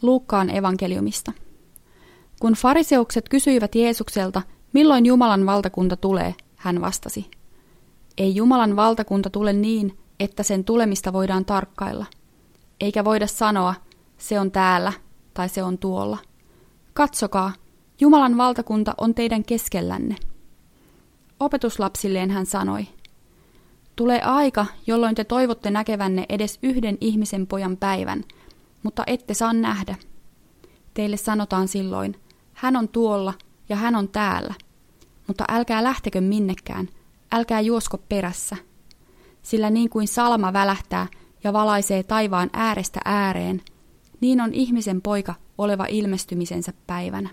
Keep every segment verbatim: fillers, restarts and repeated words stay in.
Luukkaan evankeliumista. Kun fariseukset kysyivät Jeesukselta, milloin Jumalan valtakunta tulee, hän vastasi: Ei Jumalan valtakunta tule niin, että sen tulemista voidaan tarkkailla. Eikä voida sanoa, se on täällä tai se on tuolla. Katsokaa, Jumalan valtakunta on teidän keskellänne. Opetuslapsilleen hän sanoi: Tulee aika, jolloin te toivotte näkevänne edes yhden ihmisen pojan päivän, mutta ette saa nähdä. Teille sanotaan silloin, hän on tuolla ja hän on täällä, mutta älkää lähtekö minnekään, älkää juosko perässä. Sillä niin kuin salama välähtää ja valaisee taivaan äärestä ääreen, niin on ihmisen poika oleva ilmestymisensä päivänä.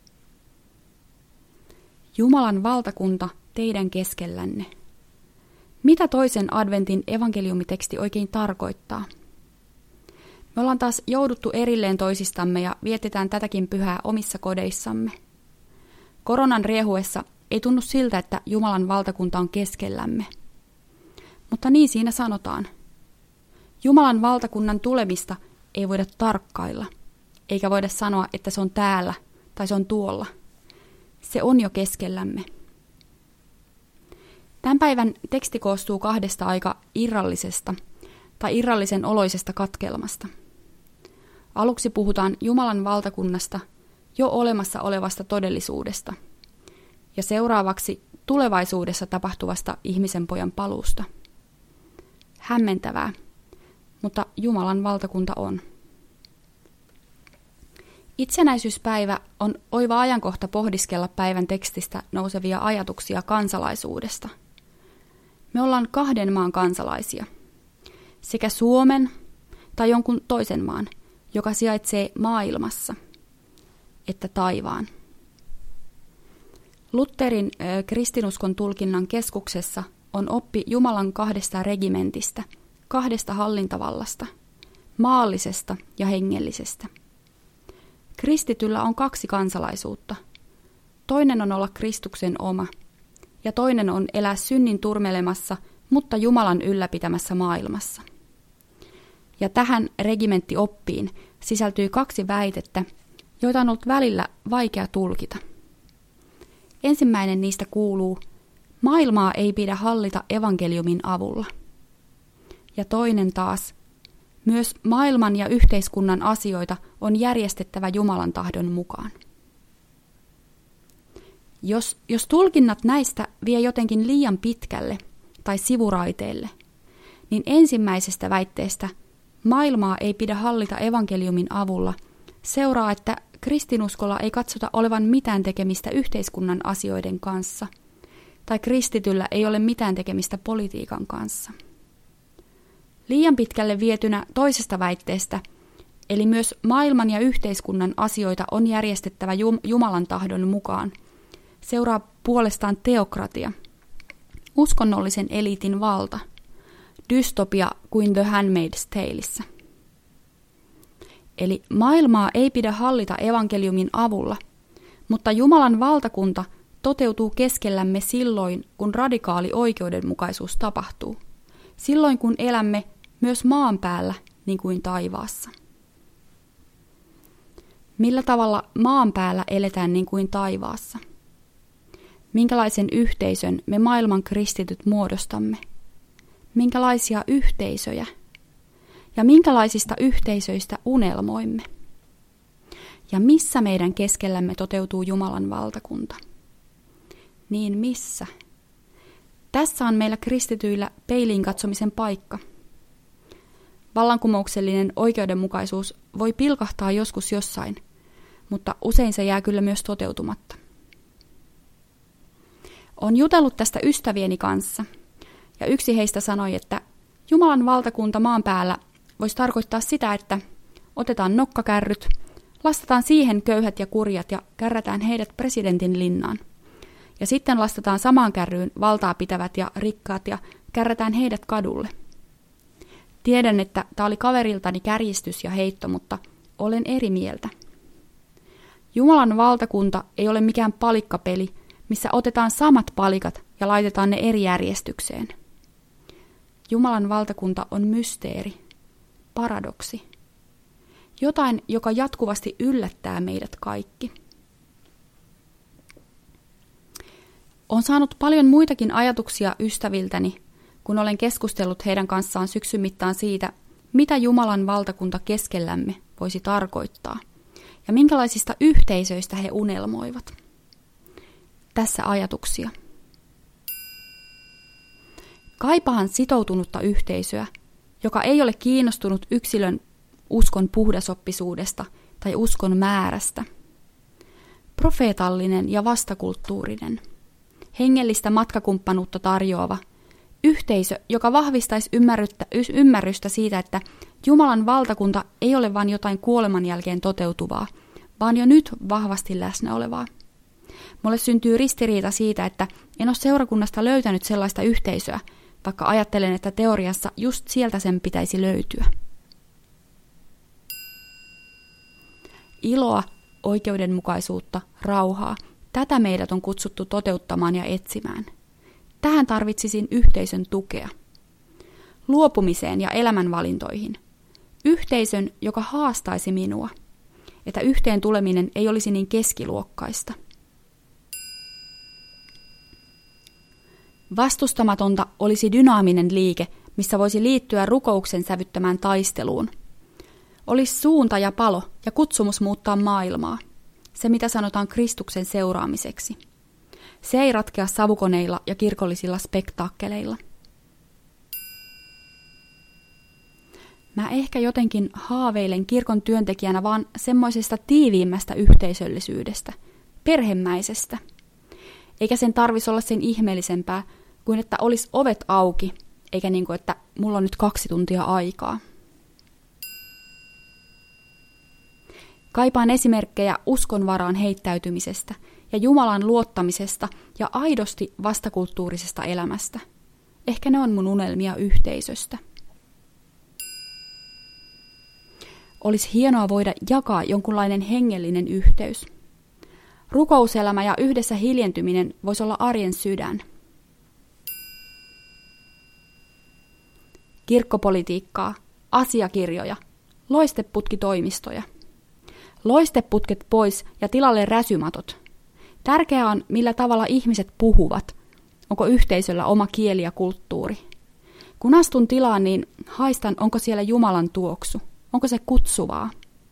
Jumalan valtakunta teidän keskellänne. Mitä toisen adventin evankeliumiteksti oikein tarkoittaa? Me ollaan taas jouduttu erilleen toisistamme ja vietetään tätäkin pyhää omissa kodeissamme. Koronan riehuessa ei tunnu siltä, että Jumalan valtakunta on keskellämme. Mutta niin siinä sanotaan. Jumalan valtakunnan tulemista ei voida tarkkailla, eikä voida sanoa, että se on täällä tai se on tuolla. Se on jo keskellämme. Tämän päivän teksti koostuu kahdesta aika irrallisesta tai irrallisen oloisesta katkelmasta. Aluksi puhutaan Jumalan valtakunnasta, jo olemassa olevasta todellisuudesta, ja seuraavaksi tulevaisuudessa tapahtuvasta ihmisen pojan paluusta. Hämmentävää, mutta Jumalan valtakunta on. Itsenäisyyspäivä on oiva ajankohta pohdiskella päivän tekstistä nousevia ajatuksia kansalaisuudesta. Me ollaan kahden maan kansalaisia, sekä Suomen tai jonkun toisen maan, joka sijaitsee maailmassa, että taivaan. Lutherin äh, kristinuskon tulkinnan keskuksessa on oppi Jumalan kahdesta regimentistä, kahdesta hallintavallasta, maallisesta ja hengellisestä. Kristityllä on kaksi kansalaisuutta. Toinen on olla Kristuksen oma, ja toinen on elää synnin turmelemassa, mutta Jumalan ylläpitämässä maailmassa. Ja tähän regimenttioppiin sisältyy kaksi väitettä, joita on ollut välillä vaikea tulkita. Ensimmäinen niistä kuuluu: maailmaa ei pidä hallita evankeliumin avulla. Ja toinen taas: myös maailman ja yhteiskunnan asioita on järjestettävä Jumalan tahdon mukaan. Jos, jos tulkinnat näistä vie jotenkin liian pitkälle tai sivuraiteelle, niin ensimmäisestä väitteestä maailmaa ei pidä hallita evankeliumin avulla seuraa, että kristinuskolla ei katsota olevan mitään tekemistä yhteiskunnan asioiden kanssa, tai kristityllä ei ole mitään tekemistä politiikan kanssa. Liian pitkälle vietynä toisesta väitteestä, eli myös maailman ja yhteiskunnan asioita on järjestettävä Jumalan tahdon mukaan, seuraa puolestaan teokratia, uskonnollisen eliitin valta, dystopia kuin The Handmaid's Taleissa. Eli maailmaa ei pidä hallita evankeliumin avulla, mutta Jumalan valtakunta toteutuu keskellämme silloin, kun radikaali oikeudenmukaisuus tapahtuu. Silloin, kun elämme myös maan päällä niin kuin taivaassa. Millä tavalla maan päällä eletään niin kuin taivaassa? Minkälaisen yhteisön me maailman kristityt muodostamme? Minkälaisia yhteisöjä? Ja minkälaisista yhteisöistä unelmoimme? Ja missä meidän keskellämme toteutuu Jumalan valtakunta? Niin missä? Tässä on meillä kristityillä peiliin katsomisen paikka. Vallankumouksellinen oikeudenmukaisuus voi pilkahtaa joskus jossain, mutta usein se jää kyllä myös toteutumatta. Olen jutellut tästä ystävieni kanssa, ja yksi heistä sanoi, että Jumalan valtakunta maan päällä voisi tarkoittaa sitä, että otetaan nokkakärryt, lastataan siihen köyhät ja kurjat ja kärrätään heidät presidentin linnaan. Ja sitten lastataan samaan kärryyn valtaa pitävät ja rikkaat ja kärrätään heidät kadulle. Tiedän, että tämä oli kaveriltani kärjistys ja heitto, mutta olen eri mieltä. Jumalan valtakunta ei ole mikään palikkapeli, missä otetaan samat palikat ja laitetaan ne eri järjestykseen. Jumalan valtakunta on mysteeri, paradoksi. Jotain, joka jatkuvasti yllättää meidät kaikki. Olen saanut paljon muitakin ajatuksia ystäviltäni, kun olen keskustellut heidän kanssaan syksyn mittaan siitä, mitä Jumalan valtakunta keskellämme voisi tarkoittaa ja minkälaisista yhteisöistä he unelmoivat. Tässä ajatuksia. Kaipaan sitoutunutta yhteisöä, joka ei ole kiinnostunut yksilön uskon puhdasoppisuudesta tai uskon määrästä. Profeetallinen ja vastakulttuurinen, hengellistä matkakumppanuutta tarjoava, yhteisö, joka vahvistaisi ymmärrystä siitä, että Jumalan valtakunta ei ole vain jotain kuoleman jälkeen toteutuvaa, vaan jo nyt vahvasti läsnä olevaa. Mulle syntyy ristiriita siitä, että en ole seurakunnasta löytänyt sellaista yhteisöä, vaikka ajattelen, että teoriassa just sieltä sen pitäisi löytyä. Iloa, oikeudenmukaisuutta, rauhaa, tätä meidät on kutsuttu toteuttamaan ja etsimään. Tähän tarvitsisin yhteisön tukea. Luopumiseen ja elämänvalintoihin. Yhteisön, joka haastaisi minua, että yhteen tuleminen ei olisi niin keskiluokkaista. Vastustamatonta olisi dynaaminen liike, missä voisi liittyä rukouksen sävyttämään taisteluun. Olisi suunta ja palo ja kutsumus muuttaa maailmaa, se mitä sanotaan Kristuksen seuraamiseksi. Se ei ratkea savukoneilla ja kirkollisilla spektaakkeleilla. Mä ehkä jotenkin haaveilen kirkon työntekijänä vaan semmoisesta tiiviimmästä yhteisöllisyydestä, perhemäisestä. Eikä sen tarvitsisi olla sen ihmeellisempää kuin että olisi ovet auki, eikä niin kuin, että mulla on nyt kaksi tuntia aikaa. Kaipaan esimerkkejä uskon varaan heittäytymisestä ja Jumalan luottamisesta ja aidosti vastakulttuurisesta elämästä. Ehkä ne on mun unelmia yhteisöstä. Olisi hienoa voida jakaa jonkunlainen hengellinen yhteys. Rukouselämä ja yhdessä hiljentyminen voisi olla arjen sydän. Kirkkopolitiikkaa, asiakirjoja, loisteputkitoimistoja. Loisteputket pois ja tilalle räsymatot. Tärkeää on, millä tavalla ihmiset puhuvat. Onko yhteisöllä oma kieli ja kulttuuri? Kun astun tilaan, niin haistan, onko siellä Jumalan tuoksu. Onko se kutsuvaa?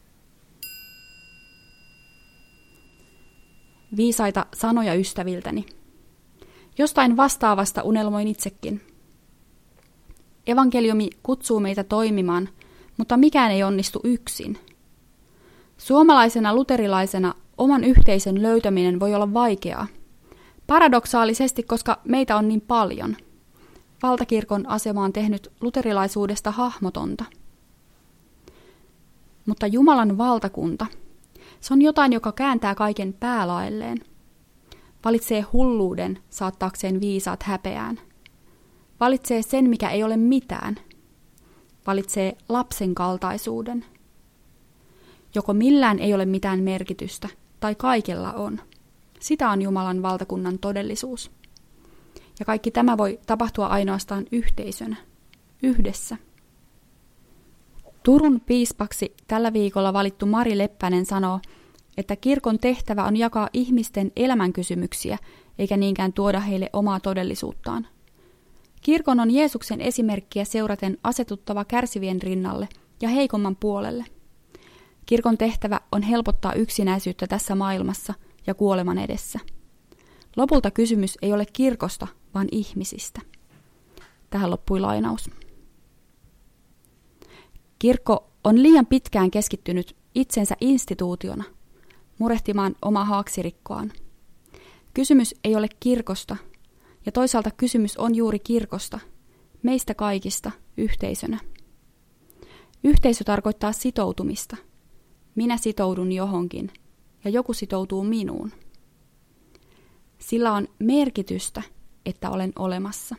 Viisaita sanoja ystäviltäni. Jostain vastaavasta unelmoin itsekin. Evankeliumi kutsuu meitä toimimaan, mutta mikään ei onnistu yksin. Suomalaisena luterilaisena oman yhteisön löytäminen voi olla vaikeaa. Paradoksaalisesti, koska meitä on niin paljon. Valtakirkon asema on tehnyt luterilaisuudesta hahmotonta. Mutta Jumalan valtakunta, se on jotain, joka kääntää kaiken päälaelleen. Valitsee hulluuden saattaakseen viisaat häpeään. Valitsee sen, mikä ei ole mitään. Valitsee lapsen kaltaisuuden. Joko millään ei ole mitään merkitystä, tai kaikella on. Sitä on Jumalan valtakunnan todellisuus. Ja kaikki tämä voi tapahtua ainoastaan yhteisönä, yhdessä. Turun piispaksi tällä viikolla valittu Mari Leppänen sanoo, että kirkon tehtävä on jakaa ihmisten elämänkysymyksiä, eikä niinkään tuoda heille omaa todellisuuttaan. Kirkon on Jeesuksen esimerkkiä seuraten asetuttava kärsivien rinnalle ja heikomman puolelle. Kirkon tehtävä on helpottaa yksinäisyyttä tässä maailmassa ja kuoleman edessä. Lopulta kysymys ei ole kirkosta, vaan ihmisistä. Tähän loppui lainaus. Kirkko on liian pitkään keskittynyt itsensä instituutiona, murehtimaan omaa haaksirikkoaan. Kysymys ei ole kirkosta, ja toisaalta kysymys on juuri kirkosta, meistä kaikista yhteisönä. Yhteisö tarkoittaa sitoutumista. Minä sitoudun johonkin, ja joku sitoutuu minuun. Sillä on merkitystä, että olen olemassa.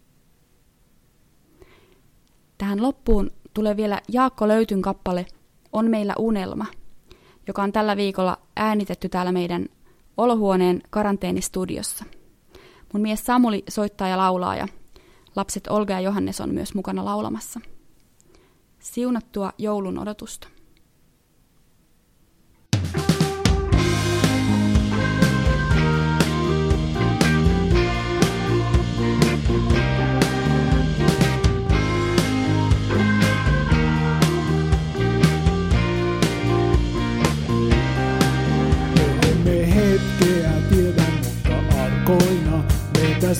Tähän loppuun tulee vielä Jaakko Löytyn kappale On meillä unelma, joka on tällä viikolla äänitetty täällä meidän olohuoneen karanteenistudiossa. Mun mies Samuli soittaa ja laulaa ja lapset Olga ja Johannes on myös mukana laulamassa. Siunattua joulun odotusta.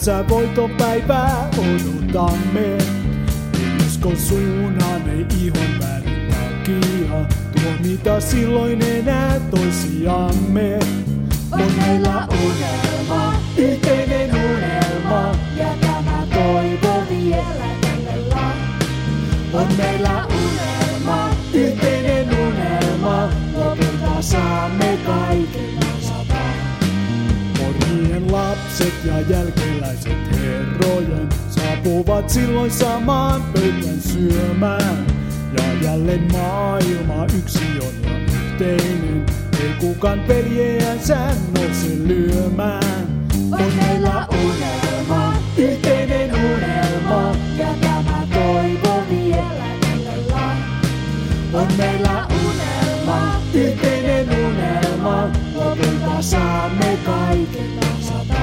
yhdessä voitonpäivää odotamme. Uskon suunnan ei ihon värin takia tuomita silloin enää toisiamme. On meillä unelma, yhteinen unelma, ja tämä toivo vielä kellellä. On meillä unelma, yhteinen unelma, lopulta saamme kaiken osata. Morien lapset ja jälkeläiset herrojen saapuvat silloin samaan pöytään syömään. Ja jälleen maailma yksi on ja yhteinen, ei kukaan veljeänsä nouse lyömään. On meillä unelma, yhteinen unelma, ja tämä toivo vielä kellellä. On meillä unelma, yhteinen unelma, lopulta saamme kaiken osata.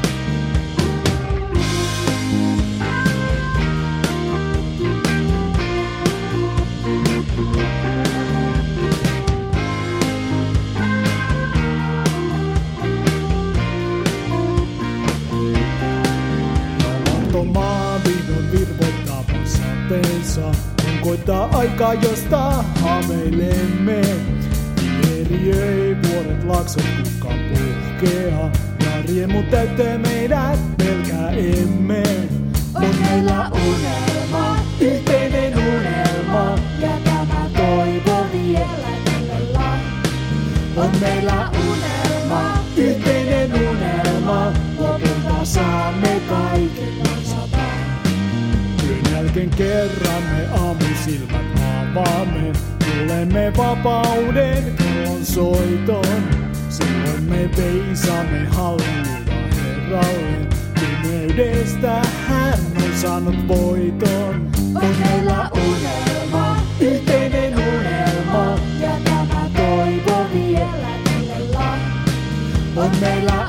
Maa vihdoin virvoittaa sateensa, kun koittaa aikaa, josta haaveilemme. Vieriöi vuoret, laksot, kukaan puhkea, ja riemu täyttää meidät, pelkää emme. On meillä unelma, yhteinen unelma, ja tämä toivo vielä kellellä. On meillä unelma, yhteinen unelma, lopulta saamme kaiken osata. Työn jälkeen kerran me aamusilmät avaamme, tulemme vapauden kellon soiton. Silloin me veisaamme halleluja Herralle, pimeydestä hän on saanut voiton. On meillä unelma, yhteinen unelma, ja tämä toivo vielä kellellä. On meillä